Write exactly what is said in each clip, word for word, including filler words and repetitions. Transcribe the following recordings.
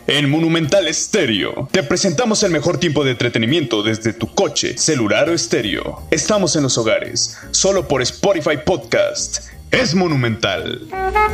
En Monumental Estéreo, te presentamos el mejor tiempo de entretenimiento desde tu coche, celular o estéreo. Estamos en los hogares, solo por Spotify Podcast. Es Monumental.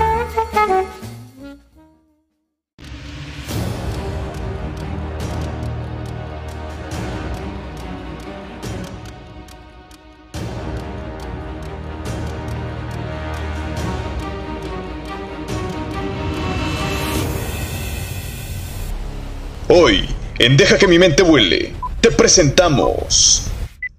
Hoy, en Deja que mi mente vuele, te presentamos...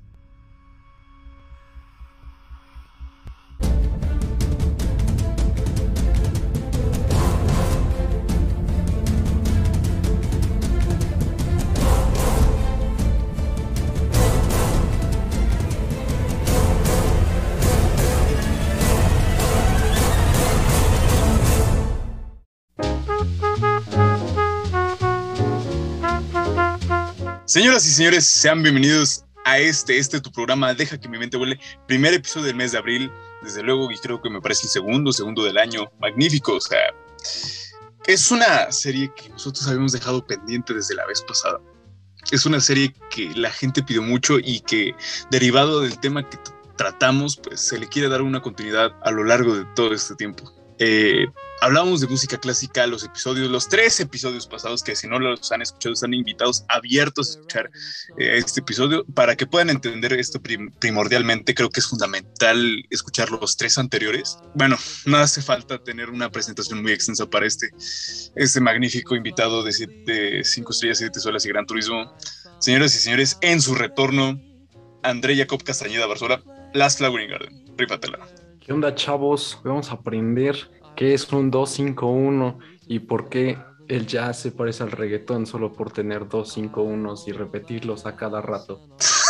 Señoras y señores, sean bienvenidos a este, este tu programa Deja que mi mente vuele, primer episodio del mes de abril, desde luego, y creo que me parece el segundo, segundo del año, magnífico, o sea, es una serie que nosotros habíamos dejado pendiente desde la vez pasada, es una serie que la gente pidió mucho y que, derivado del tema que t- tratamos, pues se le quiere dar una continuidad a lo largo de todo este tiempo. Eh, hablábamos de música clásica, los episodios, los tres episodios pasados, que si no los han escuchado están invitados abiertos a escuchar eh, este episodio para que puedan entender esto prim- primordialmente. Creo que es fundamental escuchar los tres anteriores. Bueno, no hace falta tener una presentación muy extensa para este, este magnífico invitado de, siete, de cinco estrellas, siete soles y Gran Turismo. Señoras y señores, en su retorno, André Jacob Castañeda Barzola, Last Flowering Garden. Rífatela. ¿Qué onda, chavos? Vamos a aprender qué es un dos cinco uno y por qué el jazz se parece al reggaetón solo por tener dos cinco unos y repetirlos a cada rato.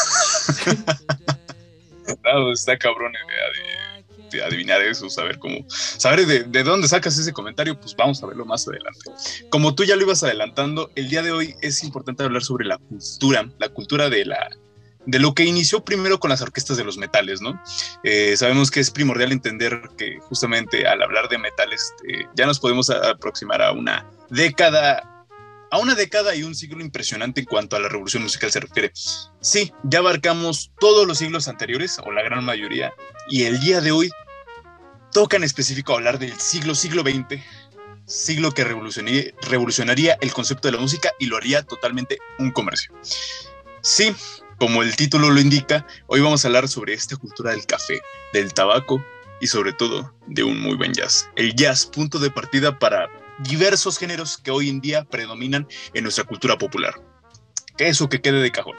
No, está cabrón idea de, de adivinar eso, saber cómo, saber de, de dónde sacas ese comentario, pues vamos a verlo más adelante. Como tú ya lo ibas adelantando, el día de hoy es importante hablar sobre la cultura, la cultura de la de lo que inició primero con las orquestas de los metales, ¿no? Eh, sabemos que es primordial entender que justamente al hablar de metales eh, ya nos podemos a, aproximar a una década, a una década y un siglo impresionante en cuanto a la revolución musical se refiere. Sí, ya abarcamos todos los siglos anteriores, o la gran mayoría, y el día de hoy toca en específico hablar del siglo, siglo veinte, siglo que revolucionaría, revolucionaría el concepto de la música y lo haría totalmente un comercio. Sí, como el título lo indica, hoy vamos a hablar sobre esta cultura del café, del tabaco y sobre todo de un muy buen jazz. El jazz, punto de partida para diversos géneros que hoy en día predominan en nuestra cultura popular. Eso que quede de cajón.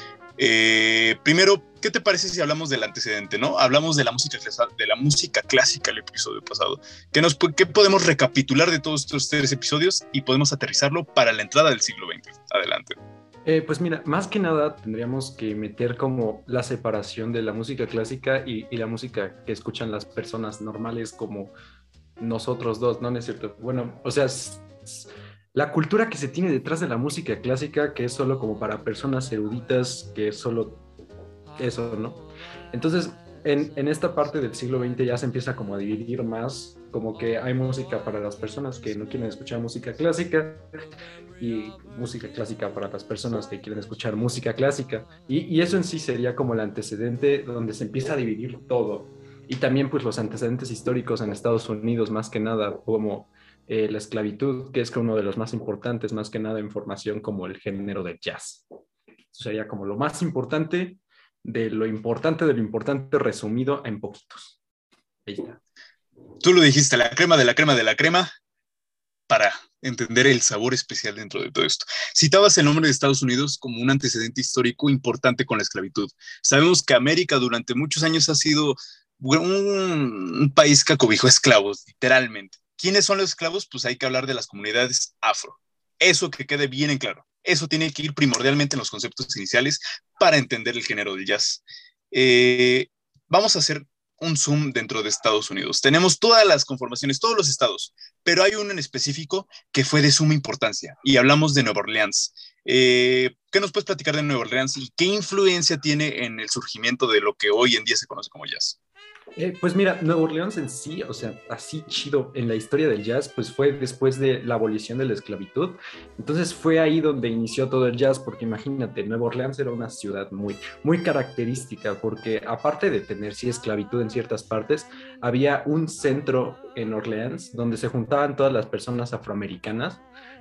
Eh, primero, ¿qué te parece si hablamos del antecedente, no? Hablamos de la música, de la música clásica el episodio pasado. ¿Qué, nos, ¿Qué podemos recapitular de todos estos tres episodios y podemos aterrizarlo para la entrada del siglo veinte? Adelante. Eh, pues mira, más que nada tendríamos que meter como la separación de la música clásica y, y la música que escuchan las personas normales como nosotros dos, ¿no? ¿No es cierto? Bueno, o sea, es, es la cultura que se tiene detrás de la música clásica, que es solo como para personas eruditas, que es solo eso, ¿no? Entonces, en, en esta parte del siglo veinte ya se empieza como a dividir más, como que hay música para las personas que no quieren escuchar música clásica y música clásica para las personas que quieren escuchar música clásica. Y, y eso en sí sería como el antecedente donde se empieza a dividir todo. Y también pues los antecedentes históricos en Estados Unidos, más que nada, como eh, la esclavitud, que es uno de los más importantes, más que nada en formación como el género del jazz. Eso sería como lo más importante de lo importante de lo importante resumido en poquitos. Ahí está. Tú lo dijiste, la crema de la crema de la crema para entender el sabor especial dentro de todo esto. Citabas el nombre de Estados Unidos como un antecedente histórico importante con la esclavitud. Sabemos que América durante muchos años ha sido un, un país que acobijó esclavos, literalmente. ¿Quiénes son los esclavos? Pues hay que hablar de las comunidades afro. Eso que quede bien en claro. Eso tiene que ir primordialmente en los conceptos iniciales para entender el género del jazz. Eh, vamos a hacer un zoom dentro de Estados Unidos. Tenemos todas las conformaciones, todos los estados, pero hay uno en específico que fue de suma importancia y hablamos de Nueva Orleans. Eh, ¿Qué nos puedes platicar de Nueva Orleans y qué influencia tiene en el surgimiento de lo que hoy en día se conoce como jazz? Eh, pues mira, Nueva Orleans en sí, o sea, así chido en la historia del jazz, pues fue después de la abolición de la esclavitud. Entonces fue ahí donde inició todo el jazz, porque imagínate, Nueva Orleans era una ciudad muy, muy característica, porque aparte de tener sí esclavitud en ciertas partes, había un centro en Orleans donde se juntaban todas las personas afroamericanas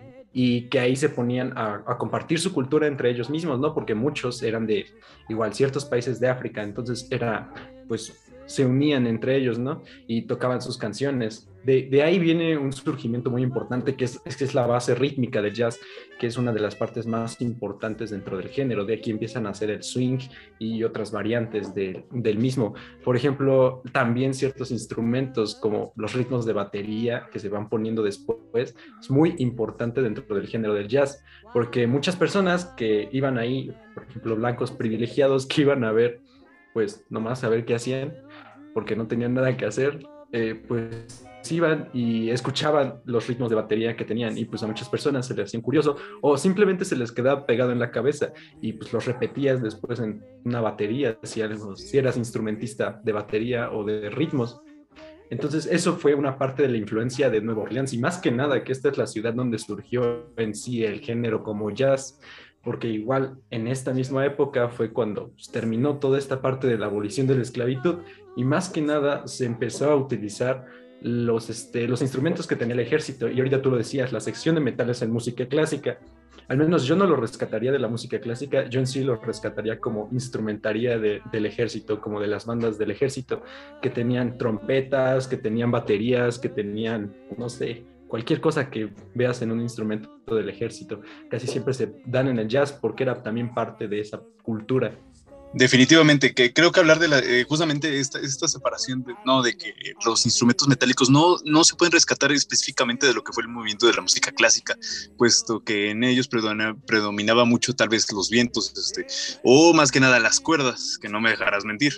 y que ahí se ponían a, a, compartir su cultura entre ellos mismos, ¿no? Porque muchos eran de igual ciertos países de África, entonces era, pues, se unían entre ellos, ¿no? Y tocaban sus canciones. De, de ahí viene un surgimiento muy importante que es, es que es la base rítmica del jazz, que es una de las partes más importantes dentro del género. De aquí empiezan a hacer el swing y otras variantes de, del mismo. Por ejemplo, también ciertos instrumentos como los ritmos de batería que se van poniendo después, es muy importante dentro del género del jazz, porque muchas personas que iban ahí, por ejemplo, blancos privilegiados que iban a ver, pues nomás a ver qué hacían, porque no tenían nada que hacer, eh, pues iban y escuchaban los ritmos de batería que tenían y pues a muchas personas se les hacían curioso o simplemente se les quedaba pegado en la cabeza y pues los repetías después en una batería, si, algo, si eras instrumentista de batería o de ritmos. Entonces eso fue una parte de la influencia de Nueva Orleans y más que nada que esta es la ciudad donde surgió en sí el género como jazz, porque igual en esta misma época fue cuando pues, terminó toda esta parte de la abolición de la esclavitud y más que nada se empezó a utilizar los, este, los instrumentos que tenía el ejército y ahorita tú lo decías, la sección de metales en música clásica. Al menos yo no lo rescataría de la música clásica, yo en sí lo rescataría como instrumentaría de, del ejército, como de las bandas del ejército, que tenían trompetas, que tenían baterías, que tenían, no sé, cualquier cosa que veas en un instrumento del ejército. Casi siempre se dan en el jazz porque era también parte de esa cultura. Definitivamente, que creo que hablar de la, eh, justamente esta, esta separación, de, no, de que los instrumentos metálicos no, no se pueden rescatar específicamente de lo que fue el movimiento de la música clásica, puesto que en ellos predomina, predominaba mucho tal vez los vientos, este, o más que nada las cuerdas, que no me dejarás mentir.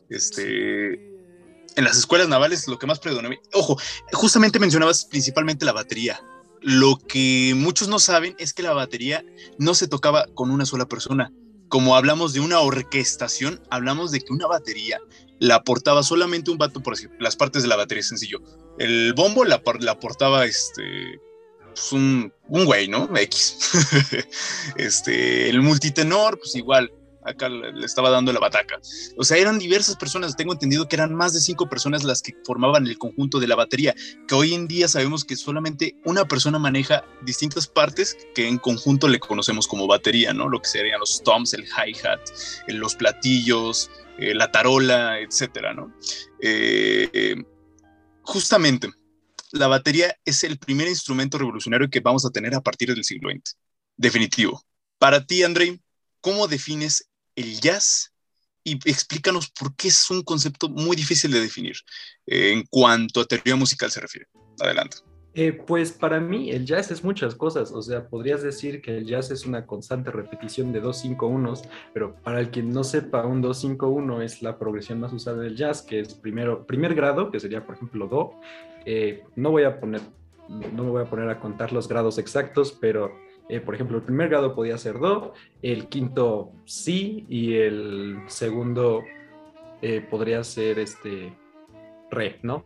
Este, en las escuelas navales lo que más predominaba, ojo, justamente mencionabas principalmente la batería. Lo que muchos no saben es que la batería no se tocaba con una sola persona. Como hablamos de una orquestación, hablamos de que una batería la aportaba solamente un vato, por decir, las partes de la batería es sencillo. El bombo la, la aportaba este, pues un, un güey, ¿no? X. este, el multitenor, pues igual, acá le estaba dando la bataca. O sea, eran diversas personas, tengo entendido que eran más de cinco personas las que formaban el conjunto de la batería, que hoy en día sabemos que solamente una persona maneja distintas partes que en conjunto le conocemos como batería, ¿no? Lo que serían los toms, el hi-hat, los platillos, eh, la tarola, etcétera, ¿no? Eh, eh, justamente, la batería es el primer instrumento revolucionario que vamos a tener a partir del siglo veinte. Definitivo. Para ti, Andrei, ¿cómo defines el jazz? Y explícanos por qué es un concepto muy difícil de definir eh, en cuanto a teoría musical se refiere. Adelante. Eh, pues para mí el jazz es muchas cosas, o sea, podrías decir que el jazz es una constante repetición de dos cinco unos, pero para el que no sepa, un dos cinco uno es la progresión más usada del jazz, que es primero, primer grado, que sería por ejemplo do. Eh, no voy a poner, no me voy a poner a contar los grados exactos, pero eh, por ejemplo el primer grado podía ser do, el quinto si y el segundo eh, podría ser este re, ¿no?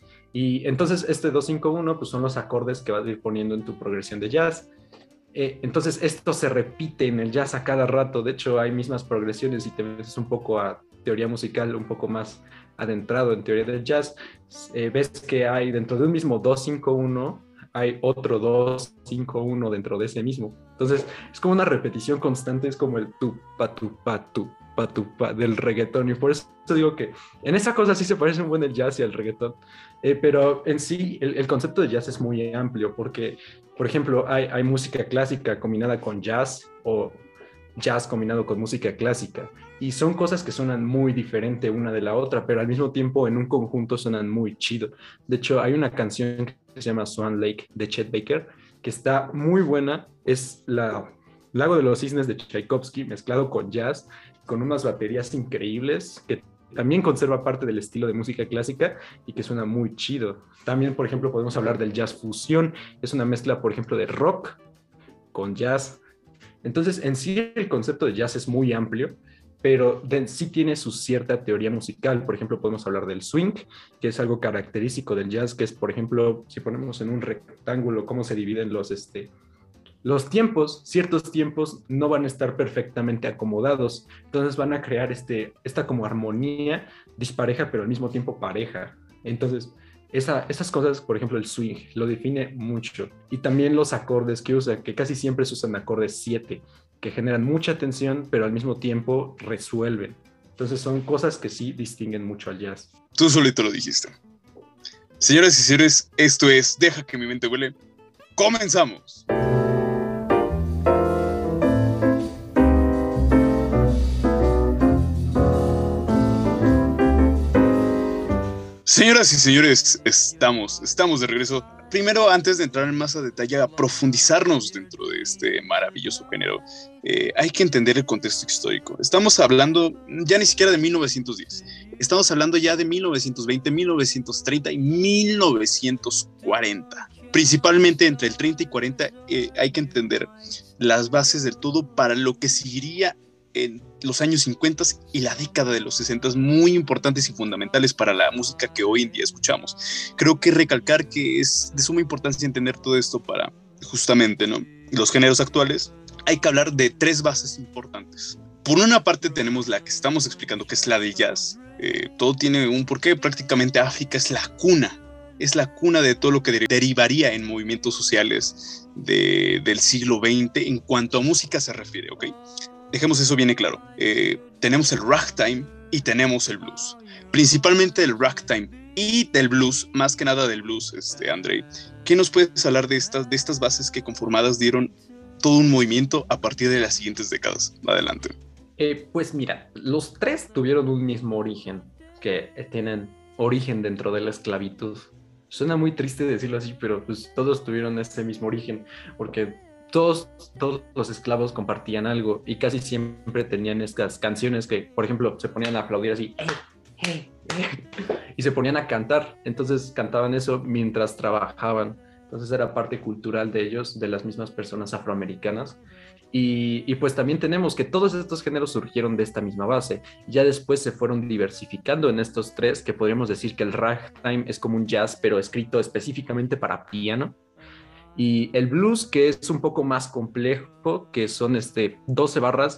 Y entonces este dos cinco uno pues son los acordes que vas a ir poniendo en tu progresión de jazz. Eh, entonces esto se repite en el jazz a cada rato. De hecho hay mismas progresiones y te ves un poco a teoría musical, un poco más adentrado en teoría del jazz. Eh, ves que hay dentro de un mismo dos cinco uno, hay otro dos cinco uno dentro de ese mismo. Entonces es como una repetición constante, es como el tu, pa, tu, pa, tu, pa, tu, pa del reggaetón. Y por eso digo que en esa cosa sí se parece un buen el jazz y el reggaetón. Eh, pero en sí el, el concepto de jazz es muy amplio porque, por ejemplo, hay, hay música clásica combinada con jazz o jazz combinado con música clásica y son cosas que suenan muy diferente una de la otra, pero al mismo tiempo en un conjunto suenan muy chido. De hecho, hay una canción que se llama Swan Lake de Chet Baker que está muy buena, es la Lago de los Cisnes de Tchaikovsky mezclado con jazz, con unas baterías increíbles que también conserva parte del estilo de música clásica y que suena muy chido. También, por ejemplo, podemos hablar del jazz fusión, es una mezcla, por ejemplo, de rock con jazz. Entonces, en sí el concepto de jazz es muy amplio pero de, sí tiene su cierta teoría musical. Por ejemplo, podemos hablar del swing, que es algo característico del jazz, que es, por ejemplo, si ponemos en un rectángulo cómo se dividen los, este, los tiempos, ciertos tiempos no van a estar perfectamente acomodados, entonces van a crear este, esta como armonía dispareja, pero al mismo tiempo pareja. Entonces, esa, esas cosas, por ejemplo, el swing lo define mucho. Y también los acordes que usa, que casi siempre se usan acordes siete, que generan mucha tensión, pero al mismo tiempo resuelven. Entonces son cosas que sí distinguen mucho al jazz. Tú solito lo dijiste. Señoras y señores, esto es Deja que mi mente huele. ¡Comenzamos! Señoras y señores, estamos, estamos de regreso. Primero, antes de entrar en más a detalle, a profundizarnos dentro de este maravilloso género, eh, hay que entender el contexto histórico. Estamos hablando ya ni siquiera de mil novecientos diez, estamos hablando ya de mil novecientos veinte, mil novecientos treinta y mil novecientos cuarenta. Principalmente entre el treinta y cuarenta eh, hay que entender las bases del todo para lo que seguiría en los años cincuenta y la década de los sesenta, muy importantes y fundamentales para la música que hoy en día escuchamos. Creo que recalcar que es de suma importancia entender todo esto para justamente, ¿no?, los géneros actuales. Hay que hablar de tres bases importantes. Por una parte tenemos la que estamos explicando, que es la del jazz. Eh, todo tiene un porqué. Prácticamente África es la cuna, es la cuna de todo lo que der- derivaría en movimientos sociales de, del siglo veinte en cuanto a música se refiere, ¿ok? Dejemos eso bien claro. Eh, tenemos el ragtime y tenemos el blues. Principalmente el ragtime y del blues, más que nada del blues, este, Andrei. ¿Qué nos puedes hablar de estas, de estas bases que conformadas dieron todo un movimiento a partir de las siguientes décadas? Adelante. Eh, pues mira, los tres tuvieron un mismo origen, que tienen origen dentro de la esclavitud. Suena muy triste decirlo así, pero pues todos tuvieron ese mismo origen, porque todos, todos los esclavos compartían algo y casi siempre tenían estas canciones que, por ejemplo, se ponían a aplaudir así, ¡hey, hey, hey! Y se ponían a cantar. Entonces cantaban eso mientras trabajaban. Entonces era parte cultural de ellos, de las mismas personas afroamericanas. Y, y pues también tenemos que todos estos géneros surgieron de esta misma base. Ya después se fueron diversificando en estos tres, que podríamos decir que el ragtime es como un jazz, pero escrito específicamente para piano. Y el blues, que es un poco más complejo, que son este, doce barras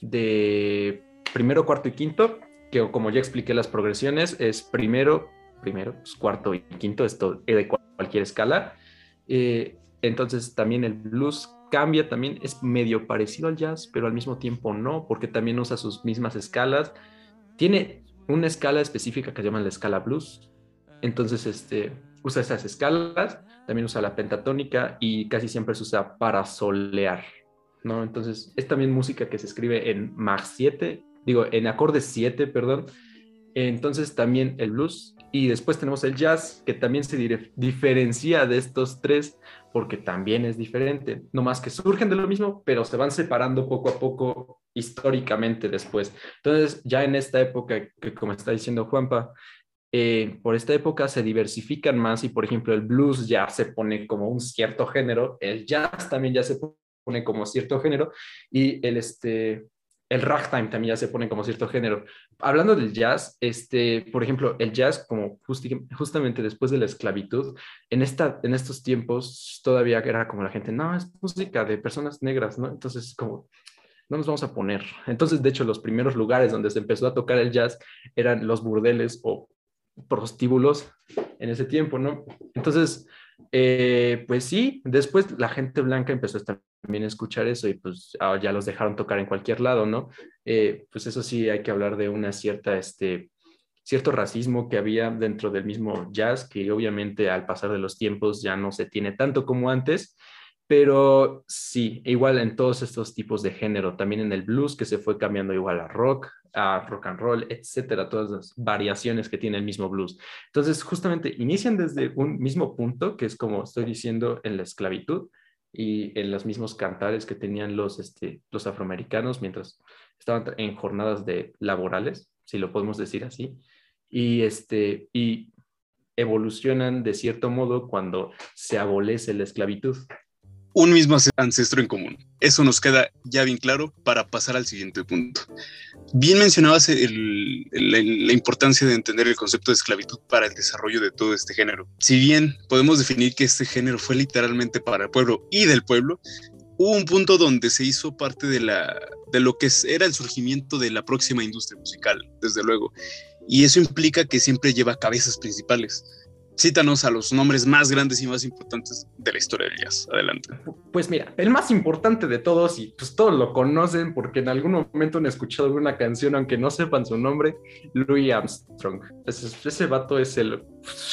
de primero, cuarto y quinto, que como ya expliqué las progresiones, es primero, primero, pues, cuarto y quinto, esto de cualquier escala. Eh, entonces también el blues cambia, también es medio parecido al jazz, pero al mismo tiempo no, porque también usa sus mismas escalas. Tiene una escala específica que se llama la escala blues. Entonces, este, usa esas escalas, también usa la pentatónica y casi siempre se usa para solear, ¿no? Entonces, es también música que se escribe en mag siete, digo, en acordes siete, perdón. Entonces, también el blues. Y después tenemos el jazz, que también se dire- diferencia de estos tres, porque también es diferente. No más que surgen de lo mismo, pero se van separando poco a poco históricamente después. Entonces, ya en esta época, que como está diciendo Juanpa, eh, por esta época se diversifican más y, por ejemplo, el blues ya se pone como un cierto género, el jazz también ya se pone como cierto género y el, este, el ragtime también ya se pone como cierto género. Hablando del jazz, este, por ejemplo, el jazz, como justi- justamente después de la esclavitud, en, esta, en estos tiempos todavía era como la gente, no, es música de personas negras, ¿no? Entonces, como no nos vamos a poner. Entonces, de hecho, los primeros lugares donde se empezó a tocar el jazz eran los burdeles o prostíbulos en ese tiempo, ¿no? Entonces, eh, pues sí, después la gente blanca empezó a también a escuchar eso y pues ah, ya los dejaron tocar en cualquier lado, ¿no? Eh, pues eso sí, hay que hablar de una cierta, este, cierto racismo que había dentro del mismo jazz, que obviamente al pasar de los tiempos ya no se tiene tanto como antes, pero sí, igual en todos estos tipos de género, también en el blues que se fue cambiando igual a rock, a rock and roll, etcétera, todas las variaciones que tiene el mismo blues. Entonces, justamente inician desde un mismo punto, que es como estoy diciendo en la esclavitud y en los mismos cantares que tenían los, este, los afroamericanos mientras estaban en jornadas de laborales, si lo podemos decir así, y, este, y evolucionan de cierto modo cuando se abolece la esclavitud. un mismo ancestro en común. Eso nos queda ya bien claro para pasar al siguiente punto. Bien mencionabas el, el, la importancia de entender el concepto de esclavitud para el desarrollo de todo este género. Si bien podemos definir que este género fue literalmente para el pueblo y del pueblo, hubo un punto donde se hizo parte de, la, de lo que era el surgimiento de la próxima industria musical, desde luego. Y eso implica que siempre lleva cabezas principales. Cítanos a los nombres más grandes y más importantes de la historia del jazz. Adelante. Pues mira, el más importante de todos, y pues todos lo conocen porque en algún momento han escuchado alguna canción, aunque no sepan su nombre, Louis Armstrong. Ese, ese vato es el,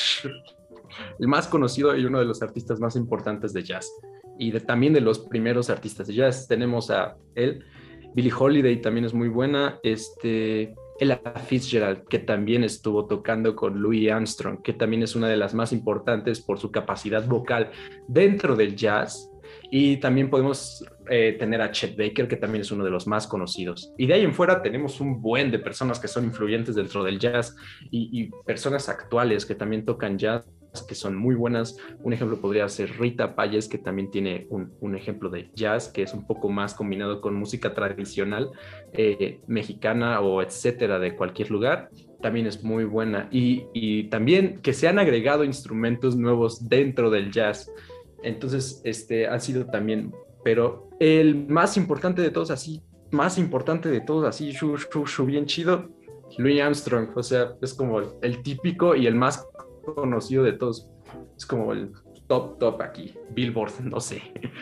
el más conocido y uno de los artistas más importantes de jazz. Y de, también de los primeros artistas de jazz. Tenemos a él, Billie Holiday también es muy buena, este... Ella Fitzgerald, que también estuvo tocando con Louis Armstrong, que también es una de las más importantes por su capacidad vocal dentro del jazz. Y también podemos eh, tener a Chet Baker, que también es uno de los más conocidos. Y de ahí en fuera tenemos un buen de personas que son influyentes dentro del jazz y, y personas actuales que también tocan jazz, que son muy buenas. Un ejemplo podría ser Rita Payés, que también tiene un, un ejemplo de jazz, que es un poco más combinado con música tradicional eh, mexicana o etcétera, de cualquier lugar. También es muy buena. Y, y también que se han agregado instrumentos nuevos dentro del jazz. Entonces, este ha sido también, pero el más importante de todos, así, más importante de todos, así, shu, shu, shu, bien chido, Louis Armstrong. O sea, es como el, el típico y el más conocido de todos. Es como el top, top aquí, Billboard, no sé.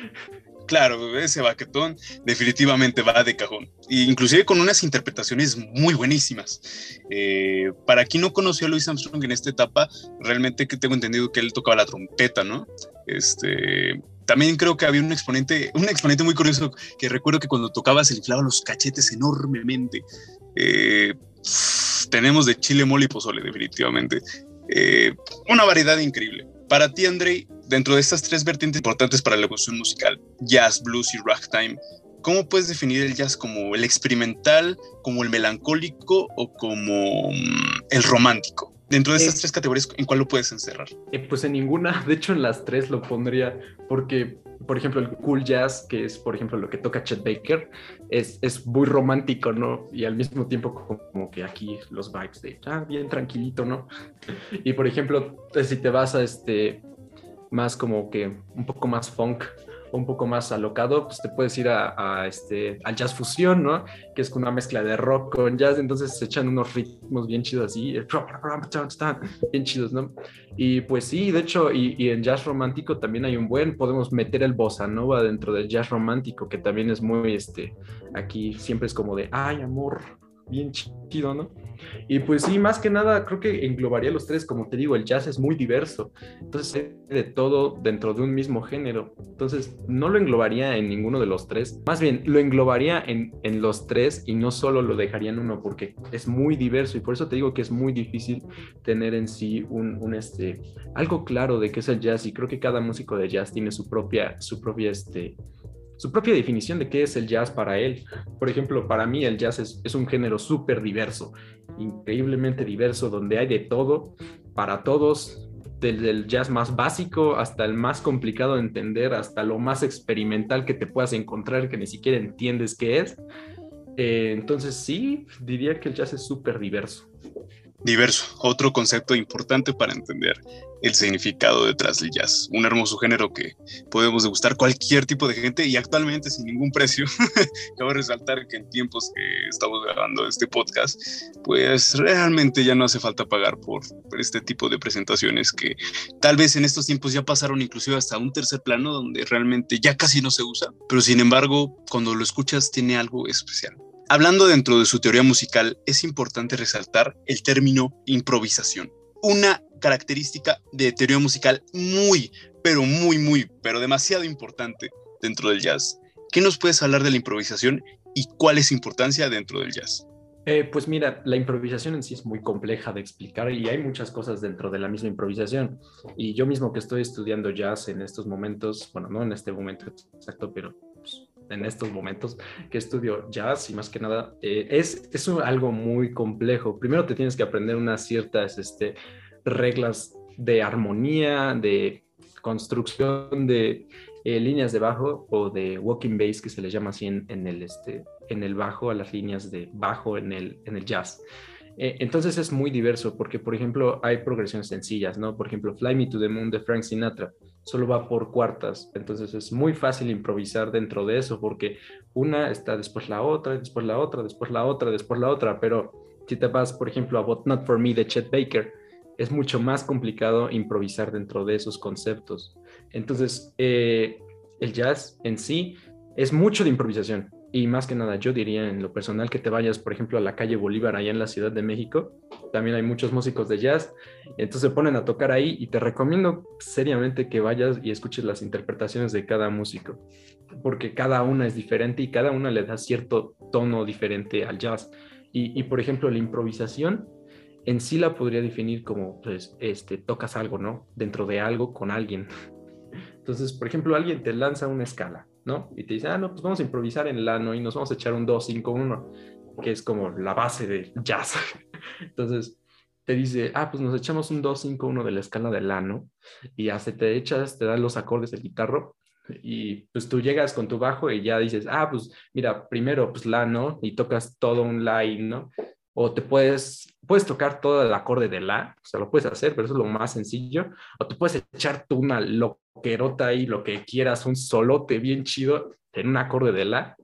Claro, ese baquetón definitivamente va de cajón, e inclusive con unas interpretaciones muy buenísimas. Eh, para quien no conoció a Louis Armstrong en esta etapa, realmente que tengo entendido que él tocaba la trompeta, ¿no? Este, también creo que había un exponente, un exponente muy curioso que recuerdo que cuando tocaba se le inflaban los cachetes enormemente. Eh, tenemos de chile, mole y pozole, definitivamente. Eh, una variedad increíble. Para ti, Andrei, dentro de estas tres vertientes importantes para la evolución musical, jazz, blues y ragtime, ¿cómo puedes definir el jazz? ¿Como el experimental, como el melancólico o como um, el romántico? Dentro de estas eh, tres categorías, ¿en cuál lo puedes encerrar? Eh, pues en ninguna, de hecho en las tres lo pondría, porque, por ejemplo, el cool jazz, que es, por ejemplo, lo que toca Chet Baker, es, es muy romántico, ¿no? Y al mismo tiempo como que aquí los vibes de, ah, bien tranquilito, ¿no? Y, por ejemplo, si te vas a este, más como que un poco más funk, un poco más alocado, pues te puedes ir a, a este, al jazz fusión, ¿no? Que es una mezcla de rock con jazz, entonces se echan unos ritmos bien chidos así, bien chidos, ¿no? Y pues sí, de hecho, y, y en jazz romántico también hay un buen, podemos meter el bossa nova dentro del jazz romántico, que también es muy, este, aquí siempre es como de, ay, amor, bien chido, ¿no? Y pues sí, más que nada creo que englobaría los tres. Como te digo, el jazz es muy diverso, entonces hay de todo dentro de un mismo género, entonces no lo englobaría en ninguno de los tres, más bien lo englobaría en, en los tres y no solo lo dejaría en uno, porque es muy diverso y por eso te digo que es muy difícil tener en sí un, un este, algo claro de qué es el jazz, y creo que cada músico de jazz tiene su propia, su propia este, su propia definición de qué es el jazz para él. Por ejemplo, para mí el jazz es, es un género súper diverso, increíblemente diverso, donde hay de todo, para todos, desde el jazz más básico hasta el más complicado de entender, hasta lo más experimental que te puedas encontrar que ni siquiera entiendes qué es. Eh, entonces sí, diría que el jazz es súper diverso. Diverso, otro concepto importante para entender el significado detrás del jazz. Un hermoso género que podemos degustar cualquier tipo de gente y actualmente sin ningún precio. Cabe resaltar que en tiempos que estamos grabando este podcast, pues realmente ya no hace falta pagar por, por este tipo de presentaciones que tal vez en estos tiempos ya pasaron inclusive hasta un tercer plano donde realmente ya casi no se usa, pero sin embargo cuando lo escuchas tiene algo especial. Hablando dentro de su teoría musical, es importante resaltar el término improvisación, una característica de teoría musical muy, pero muy, muy, pero demasiado importante dentro del jazz. ¿Qué nos puedes hablar de la improvisación y cuál es su importancia dentro del jazz? Eh, pues mira, la improvisación en sí es muy compleja de explicar y hay muchas cosas dentro de la misma improvisación. Y yo mismo que estoy estudiando jazz en estos momentos, bueno, no en este momento exacto, pero pues, en estos momentos que estudio jazz y más que nada, eh, es, es algo muy complejo. Primero te tienes que aprender unas ciertas este, reglas de armonía, de construcción, de eh, líneas de bajo o de walking bass, que se le llama así en, en el, este, en el bajo, a las líneas de bajo en el, en el jazz. Eh, entonces es muy diverso porque, por ejemplo, hay progresiones sencillas, ¿no? Por ejemplo, Fly Me to the Moon de Frank Sinatra solo va por cuartas, entonces es muy fácil improvisar dentro de eso porque una está después la otra, después la otra, después la otra, después la otra, pero si te vas, por ejemplo, a But Not For Me de Chet Baker, es mucho más complicado improvisar dentro de esos conceptos. Entonces, eh, el jazz en sí es mucho de improvisación. Y más que nada, yo diría en lo personal que te vayas, por ejemplo, a la calle Bolívar, allá en la Ciudad de México. También hay muchos músicos de jazz. Entonces se ponen a tocar ahí y te recomiendo seriamente que vayas y escuches las interpretaciones de cada músico, porque cada una es diferente y cada una le da cierto tono diferente al jazz. Y, y por ejemplo, la improvisación en sí la podría definir como, pues, este, tocas algo, ¿no? Dentro de algo con alguien. Entonces, por ejemplo, alguien te lanza una escala, ¿no? Y te dice, ah, no, pues vamos a improvisar en la, ¿no? Y nos vamos a echar un dos cinco uno, que es como la base del jazz. Entonces, te dice, ah, pues nos echamos un dos cinco uno de la escala de la, ¿no? Y ya se te echas, te dan los acordes del guitarro y pues tú llegas con tu bajo y ya dices, ah, pues mira, primero pues la, ¿no? Y tocas todo un la, ¿no? O te puedes, puedes tocar todo el acorde de la, o sea, lo puedes hacer, pero eso es lo más sencillo. O te puedes echar tú una loquerota ahí, lo que quieras, un solote bien chido en un acorde de la,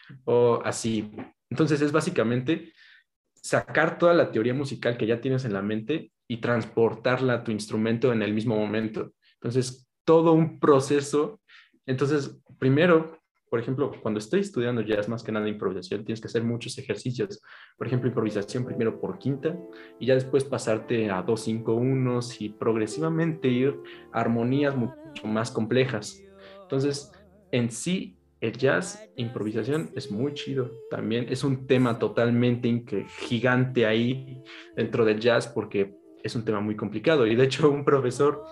o así. Entonces es básicamente sacar toda la teoría musical que ya tienes en la mente y transportarla a tu instrumento en el mismo momento. Entonces, todo un proceso. Entonces, primero, por ejemplo, cuando estoy estudiando jazz, más que nada improvisación, tienes que hacer muchos ejercicios. Por ejemplo, improvisación primero por quinta y ya después pasarte a dos cinco uno y progresivamente ir a armonías mucho más complejas. Entonces, en sí, el jazz, improvisación, es muy chido. También es un tema totalmente gigante ahí dentro del jazz porque es un tema muy complicado. Y de hecho, un profesor,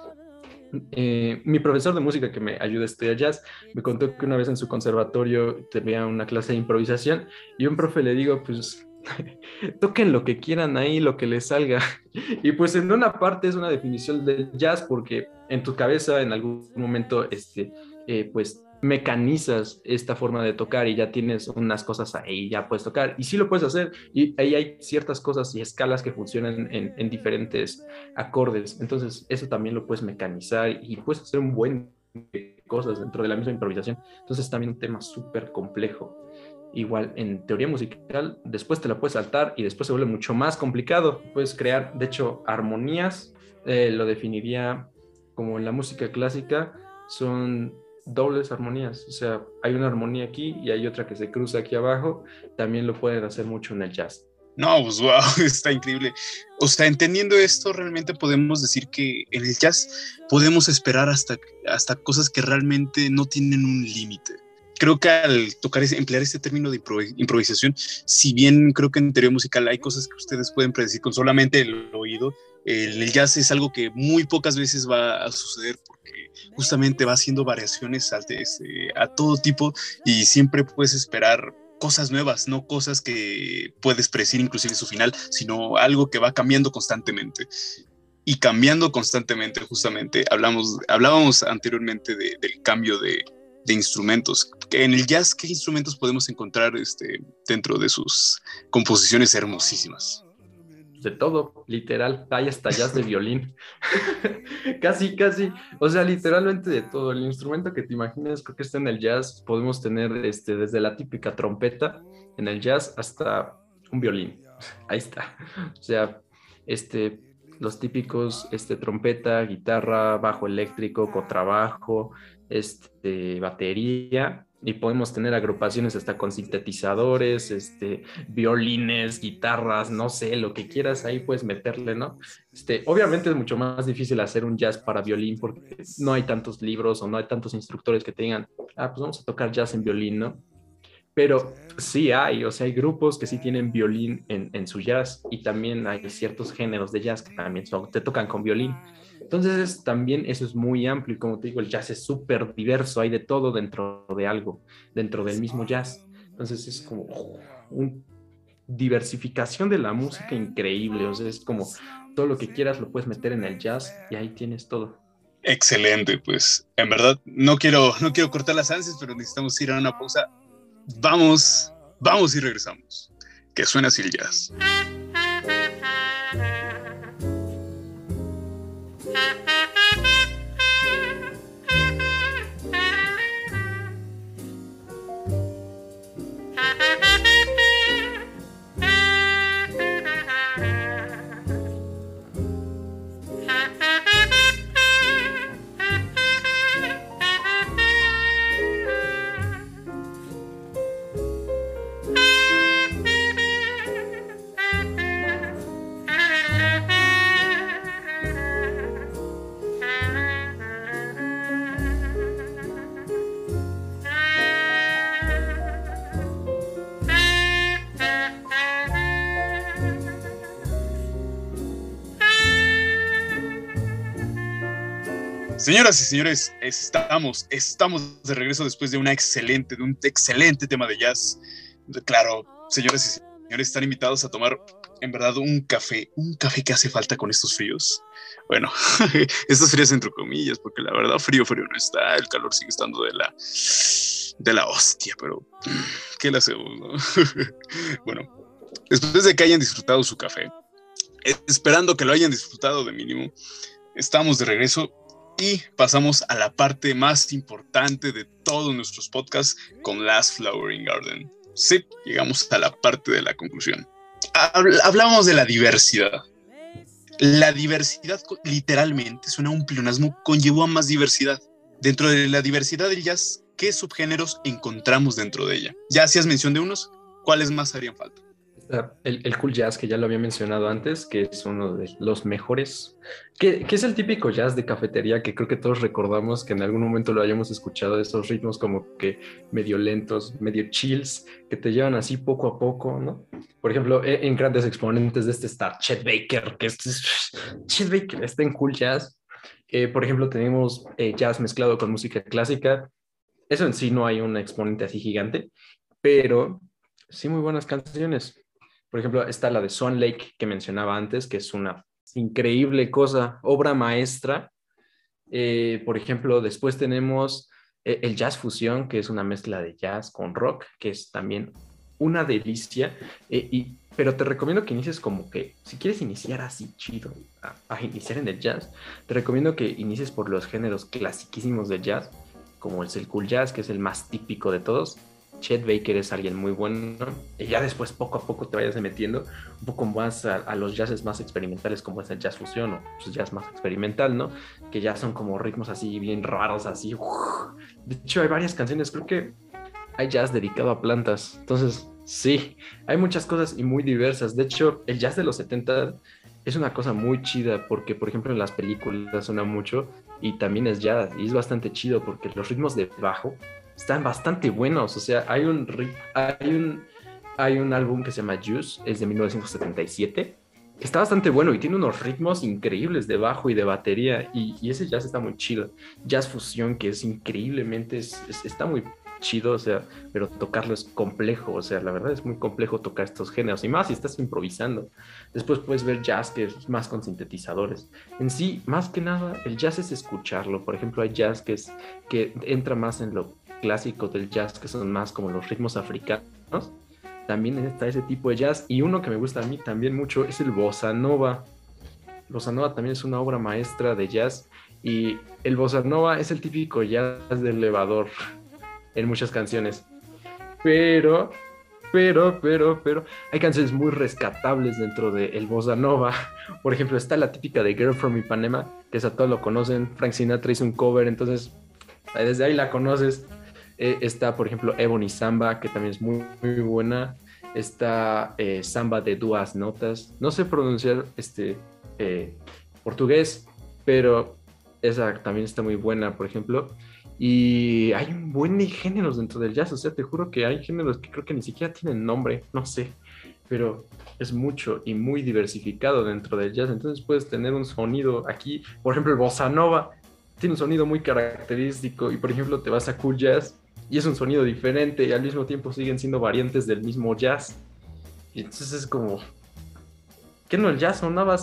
eh, mi profesor de música que me ayuda a estudiar jazz, me contó que una vez en su conservatorio tenía una clase de improvisación y un profe le digo, pues toquen lo que quieran ahí, lo que les salga. Y pues en una parte es una definición del jazz porque en tu cabeza en algún momento, este, eh, pues mecanizas esta forma de tocar y ya tienes unas cosas ahí, ya puedes tocar y sí lo puedes hacer y ahí hay ciertas cosas y escalas que funcionan en, en diferentes acordes, entonces eso también lo puedes mecanizar y puedes hacer un buen de cosas dentro de la misma improvisación, entonces es también un tema súper complejo. Igual en teoría musical, después te la puedes saltar y después se vuelve mucho más complicado. Puedes crear, de hecho, armonías, eh, lo definiría como en la música clásica, son dobles armonías. O sea, hay una armonía aquí y hay otra que se cruza aquí abajo. También lo pueden hacer mucho en el jazz. No, pues wow, está increíble. O sea, entendiendo esto, realmente podemos decir que en el jazz podemos esperar hasta, hasta cosas que realmente no tienen un límite. Creo que al tocar ese, emplear este término de improvisación, si bien creo que en teoría musical hay cosas que ustedes pueden predecir con solamente el oído, el, el jazz es algo que muy pocas veces va a suceder porque justamente va haciendo variaciones a, este, a todo tipo y siempre puedes esperar cosas nuevas, no cosas que puedes predecir inclusive su final, sino algo que va cambiando constantemente. Y cambiando constantemente, justamente, hablamos, hablábamos anteriormente de, del cambio de, de instrumentos. En el jazz, ¿qué instrumentos podemos encontrar este, dentro de sus composiciones hermosísimas? De todo, literal, hay hasta jazz de violín. Casi, casi, o sea, literalmente de todo. El instrumento que te imagines, creo que está en el jazz. Podemos tener este, desde la típica trompeta en el jazz hasta un violín. Ahí está. O sea, este, los típicos, este, trompeta, guitarra, bajo eléctrico, contrabajo, este, batería. Y podemos tener agrupaciones hasta con sintetizadores, este, violines, guitarras, no sé, lo que quieras ahí puedes meterle, ¿no? Este, obviamente es mucho más difícil hacer un jazz para violín porque no hay tantos libros o no hay tantos instructores que te digan, ah, pues vamos a tocar jazz en violín, ¿no? Pero sí hay, o sea, hay grupos que sí tienen violín en, en su jazz y también hay ciertos géneros de jazz que también son, te tocan con violín. Entonces también eso es muy amplio y como te digo, el jazz es súper diverso, hay de todo dentro de algo, dentro del mismo jazz. Entonces es como oh, una diversificación de la música increíble, o sea, es como todo lo que quieras lo puedes meter en el jazz y ahí tienes todo. Excelente, pues en verdad no quiero, no quiero cortar las ansias, pero necesitamos ir a una pausa. Vamos, vamos y regresamos. Que suena así el jazz. Señoras y señores, estamos, estamos de regreso después de una excelente, de un excelente tema de jazz. Claro, señoras y señores, están invitados a tomar, en verdad, un café, un café que hace falta con estos fríos. Bueno, estos fríos entre comillas, porque la verdad frío, frío no está, el calor sigue estando de la, de la hostia, pero ¿qué le hacemos, no? Bueno, después de que hayan disfrutado su café, esperando que lo hayan disfrutado de mínimo, estamos de regreso. Y pasamos a la parte más importante de todos nuestros podcasts con Last Flowering Garden. Sí, llegamos a la parte de la conclusión. Hablamos de la diversidad. La diversidad literalmente suena un pleonasmo, conllevó a más diversidad. Dentro de la diversidad del jazz, ¿qué subgéneros encontramos dentro de ella? Ya hacías mención de unos, ¿cuáles más harían falta? El, el cool jazz, que ya lo había mencionado antes, que es uno de los mejores, que, que es el típico jazz de cafetería que creo que todos recordamos que en algún momento lo hayamos escuchado, esos ritmos como que medio lentos, medio chills, que te llevan así poco a poco, ¿no? Por ejemplo, en grandes exponentes de este está Chet Baker, que es, Chet Baker está en cool jazz. Eh, por ejemplo, tenemos eh, jazz mezclado con música clásica. Eso en sí no hay un exponente así gigante, pero sí muy buenas canciones. Por ejemplo, está la de Swan Lake que mencionaba antes, que es una increíble cosa, obra maestra. Eh, por ejemplo, después tenemos eh, el jazz fusión, que es una mezcla de jazz con rock, que es también una delicia. Eh, y, pero te recomiendo que inicies como que, si quieres iniciar así chido, a, a iniciar en el jazz, te recomiendo que inicies por los géneros clasiquísimos de jazz, como es el cool jazz, que es el más típico de todos. Chet Baker es alguien muy bueno, y ya después poco a poco te vayas metiendo un poco más a, a los jazzes más experimentales, como es el jazz fusión o pues, jazz más experimental, ¿no? Que ya son como ritmos así bien raros, así. Uf. De hecho, hay varias canciones, creo que hay jazz dedicado a plantas, entonces sí, hay muchas cosas y muy diversas. De hecho, el jazz de los setenta es una cosa muy chida porque, por ejemplo, en las películas suena mucho y también es jazz, y es bastante chido porque los ritmos de bajo están bastante buenos. O sea, hay un, hay un, hay un álbum que se llama Juice, es de mil novecientos setenta y siete, que está bastante bueno y tiene unos ritmos increíbles de bajo y de batería, y, y ese jazz está muy chido. Jazz fusión, que es increíblemente, es, es, está muy chido, o sea, pero tocarlo es complejo, o sea, la verdad es muy complejo tocar estos géneros, y más si estás improvisando. Después puedes ver jazz que es más con sintetizadores. En sí, más que nada, el jazz es escucharlo. Por ejemplo, hay jazz que, es, que entra más en lo clásico del jazz, que son más como los ritmos africanos. También está ese tipo de jazz, y uno que me gusta a mí también mucho es el bossa nova. Bossa nova también es una obra maestra de jazz, y el bossa nova es el típico jazz de elevador en muchas canciones, pero pero, pero, pero hay canciones muy rescatables dentro del bossa nova. Por ejemplo, está la típica de Girl from Ipanema, que esa todos lo conocen. Frank Sinatra hizo un cover, entonces desde ahí la conoces. Eh, está, por ejemplo, Ebony Samba, que también es muy, muy buena. Está eh, Samba de Duas Notas. No sé pronunciar este eh, portugués, pero esa también está muy buena, por ejemplo. Y hay un buen de géneros dentro del jazz. O sea, te juro que hay géneros que creo que ni siquiera tienen nombre, no sé, pero es mucho y muy diversificado dentro del jazz. Entonces puedes tener un sonido aquí, por ejemplo, el bossa nova tiene un sonido muy característico, y por ejemplo te vas a cool jazz y es un sonido diferente, y al mismo tiempo siguen siendo variantes del mismo jazz. Y entonces es como, ¿qué no el jazz sonaba así?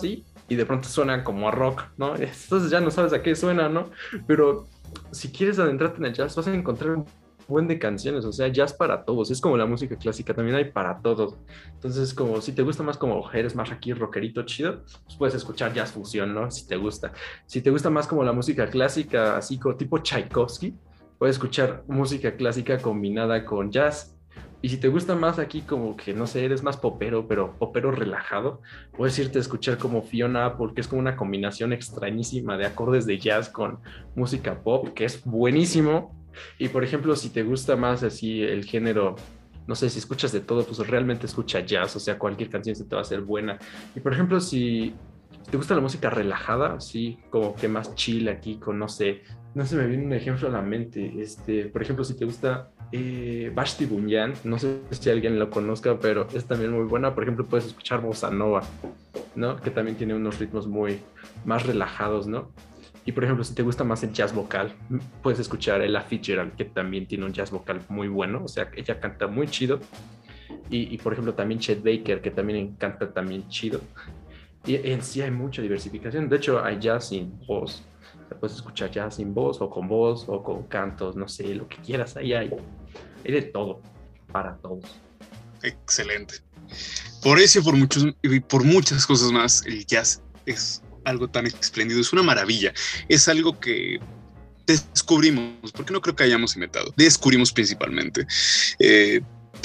y de pronto suenan como a rock, ¿no? Entonces ya no sabes a qué suena, ¿no? Pero si quieres adentrarte en el jazz, vas a encontrar un buen de canciones, o sea, jazz para todos, es como la música clásica, también hay para todos. Entonces, como si te gusta más como eres más aquí rockerito chido, pues puedes escuchar jazz fusión, ¿no? Si te gusta. Si te gusta más como la música clásica, así como tipo Tchaikovsky, puedes escuchar música clásica combinada con jazz. Y si te gusta más aquí como que, no sé, eres más popero, pero popero relajado, puedes irte a escuchar como Fiona Apple, que es como una combinación extrañísima de acordes de jazz con música pop, que es buenísimo. Y por ejemplo, si te gusta más así el género, no sé, si escuchas de todo, pues realmente escucha jazz, o sea, cualquier canción se te va a hacer buena. Y por ejemplo, si te gusta la música relajada, así como que más chill aquí, con no sé, no se me viene un ejemplo a la mente. Este, por ejemplo, si te gusta eh, Vashti Bunyan, no sé si alguien lo conozca, pero es también muy buena. Por ejemplo, puedes escuchar Bossa Nova, ¿no? Que también tiene unos ritmos muy más relajados, ¿no? Y por ejemplo, si te gusta más el jazz vocal, puedes escuchar Ella Fitzgerald, que también tiene un jazz vocal muy bueno, o sea, ella canta muy chido. Y, y por ejemplo, también Chet Baker, que también canta también chido. Y en sí hay mucha diversificación. De hecho, hay jazz sin voz. O sea, puedes escuchar jazz sin voz, o con voz, o con cantos, no sé, lo que quieras. Ahí hay, hay de todo, para todos. Excelente. Por eso y por, muchos, y por muchas cosas más, el jazz es algo tan espléndido, es una maravilla. Es algo que descubrimos, porque no creo que hayamos inventado, descubrimos principalmente. Eh,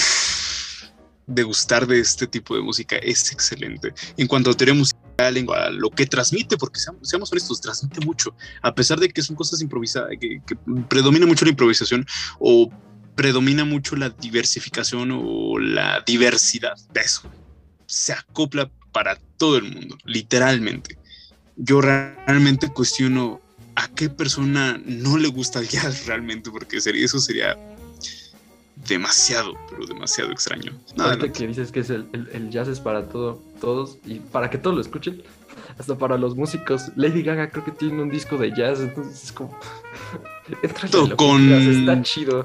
degustar de este tipo de música es excelente. En cuanto a teoría musical, en cuanto a lo que transmite, porque seamos, seamos honestos, transmite mucho, a pesar de que son cosas improvisadas, que, que predomina mucho la improvisación o predomina mucho la diversificación o la diversidad de eso. Se acopla para todo el mundo, literalmente. Yo realmente cuestiono a qué persona no le gusta el jazz realmente, porque sería, eso sería demasiado, pero demasiado extraño. No, ahorita adelante. Que dices que es el, el, el jazz es para todo, todos y para que todos lo escuchen, hasta para los músicos. Lady Gaga creo que tiene un disco de jazz, entonces es como... Entra lo con... que quieras, está chido.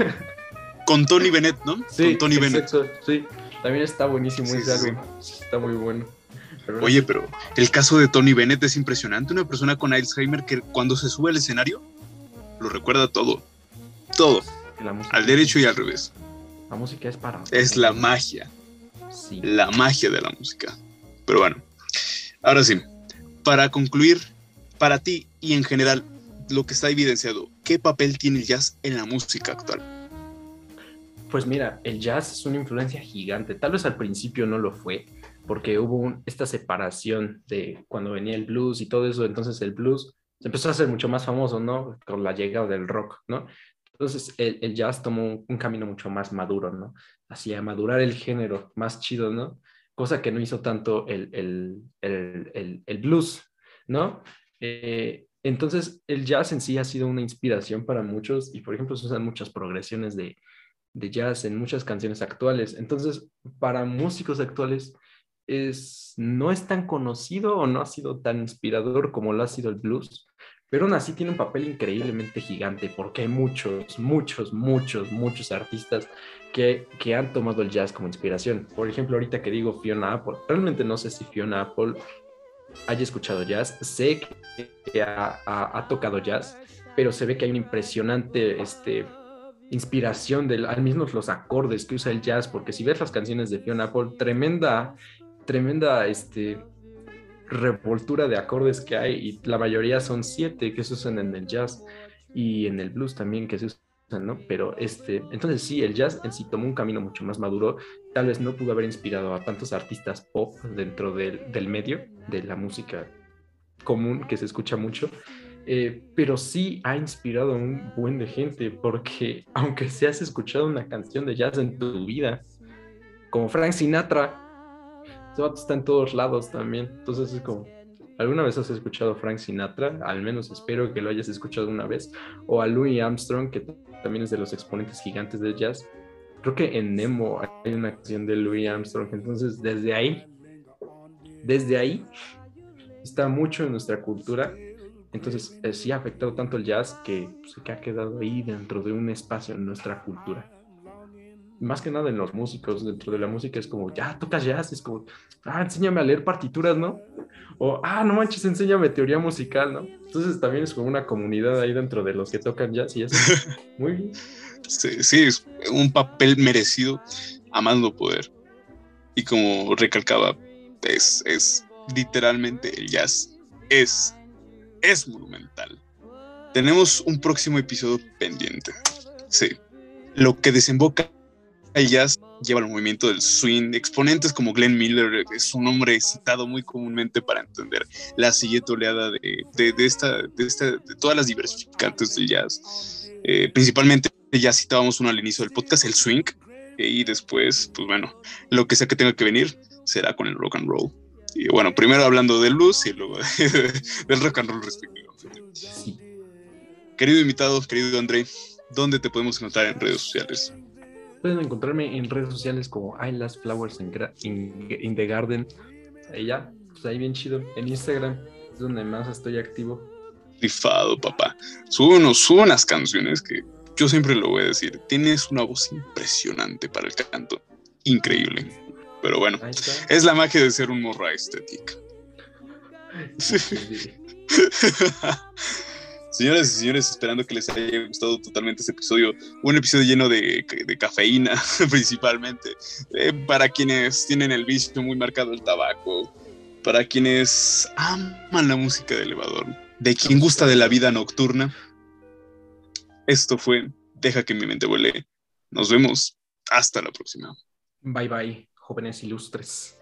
Con Tony Bennett, ¿no? Sí, con Tony exacto, Bennett. Sí, también está buenísimo sí, ese sí, álbum, sí. Está muy bueno. Pero Oye, no... pero el caso de Tony Bennett es impresionante. Una persona con Alzheimer que cuando se sube al escenario lo recuerda todo. Todo. Al derecho y al revés. La música es para... Es la magia. Sí. La magia de la música. Pero bueno, ahora sí, para concluir, para ti y en general, lo que está evidenciado, ¿qué papel tiene el jazz en la música actual? Pues mira, el jazz es una influencia gigante. Tal vez al principio no lo fue, porque hubo un, esta separación de cuando venía el blues y todo eso. Entonces el blues se empezó a hacer mucho más famoso, ¿no? Con la llegada del rock, ¿no? Entonces el, el jazz tomó un, un camino mucho más maduro, ¿no? Hacia madurar el género, más chido, ¿no? Cosa que no hizo tanto el, el, el, el, el blues, ¿no? Eh, entonces el jazz en sí ha sido una inspiración para muchos y por ejemplo se usan muchas progresiones de, de jazz en muchas canciones actuales. Entonces para músicos actuales es, no es tan conocido o no ha sido tan inspirador como lo ha sido el blues, pero aún así tiene un papel increíblemente gigante porque hay muchos, muchos, muchos, muchos artistas que, que han tomado el jazz como inspiración. Por ejemplo, ahorita que digo Fiona Apple, realmente no sé si Fiona Apple haya escuchado jazz, sé que ha, ha, ha tocado jazz, pero se ve que hay una impresionante este, inspiración de al menos los acordes que usa el jazz, porque si ves las canciones de Fiona Apple, tremenda, tremenda, este... revoltura de acordes que hay y la mayoría son siete que se usan en el jazz y en el blues también que se usan, ¿no? Pero este, entonces sí, el jazz en sí tomó un camino mucho más maduro, tal vez no pudo haber inspirado a tantos artistas pop dentro del, del medio, de la música común que se escucha mucho, eh, pero sí ha inspirado a un buen de gente, porque aunque se has escuchado una canción de jazz en tu vida, como Frank Sinatra, ese vato está en todos lados también. Entonces es como, ¿alguna vez has escuchado a Frank Sinatra? Al menos espero que lo hayas escuchado una vez. O a Louis Armstrong, que también es de los exponentes gigantes del jazz. Creo que en Nemo hay una canción de Louis Armstrong. Entonces desde ahí, desde ahí, está mucho en nuestra cultura. Entonces eh, sí ha afectado tanto el jazz que, pues, que ha quedado ahí dentro de un espacio en nuestra cultura. más que nada en los músicos, dentro de la música es como, ya tocas jazz, es como, ah, enséñame a leer partituras, ¿no? O, ah, no manches, enséñame teoría musical, ¿no? Entonces también es como una comunidad ahí dentro de los que tocan jazz y eso. Muy bien. Sí, sí, es un papel merecido, amando poder. Y como recalcaba, es, es literalmente el jazz. Es, es monumental. Tenemos un próximo episodio pendiente. Sí. Lo que desemboca el jazz lleva al movimiento del swing. Exponentes como Glenn Miller es un nombre citado muy comúnmente para entender la siguiente oleada de, de, de, esta, de, esta, de todas las diversificantes del jazz. Eh, principalmente ya citábamos uno al inicio del podcast, el swing. Y después, pues bueno, lo que sea que tenga que venir será con el rock and roll. Y bueno, primero hablando del blues y luego del rock and roll respectivamente. Sí. Querido invitado, querido André, ¿dónde te podemos encontrar en redes sociales? Pueden encontrarme en redes sociales como I Last Flowers in, in, in the Garden. Ahí ya, pues ahí bien chido. En Instagram es donde más estoy activo. Rifado, papá. Sube, unos, sube unas canciones que yo siempre lo voy a decir. Tienes una voz impresionante para el canto. Increíble. Pero bueno, es la magia de ser un morro estética. Sí, sí. Señoras y señores, esperando que les haya gustado totalmente este episodio, un episodio lleno de, de cafeína, principalmente, eh, para quienes tienen el vicio muy marcado del tabaco, para quienes aman la música de elevador, de quien gusta de la vida nocturna. Esto fue Deja que mi mente vuele. Nos vemos. Hasta la próxima. Bye bye, jóvenes ilustres.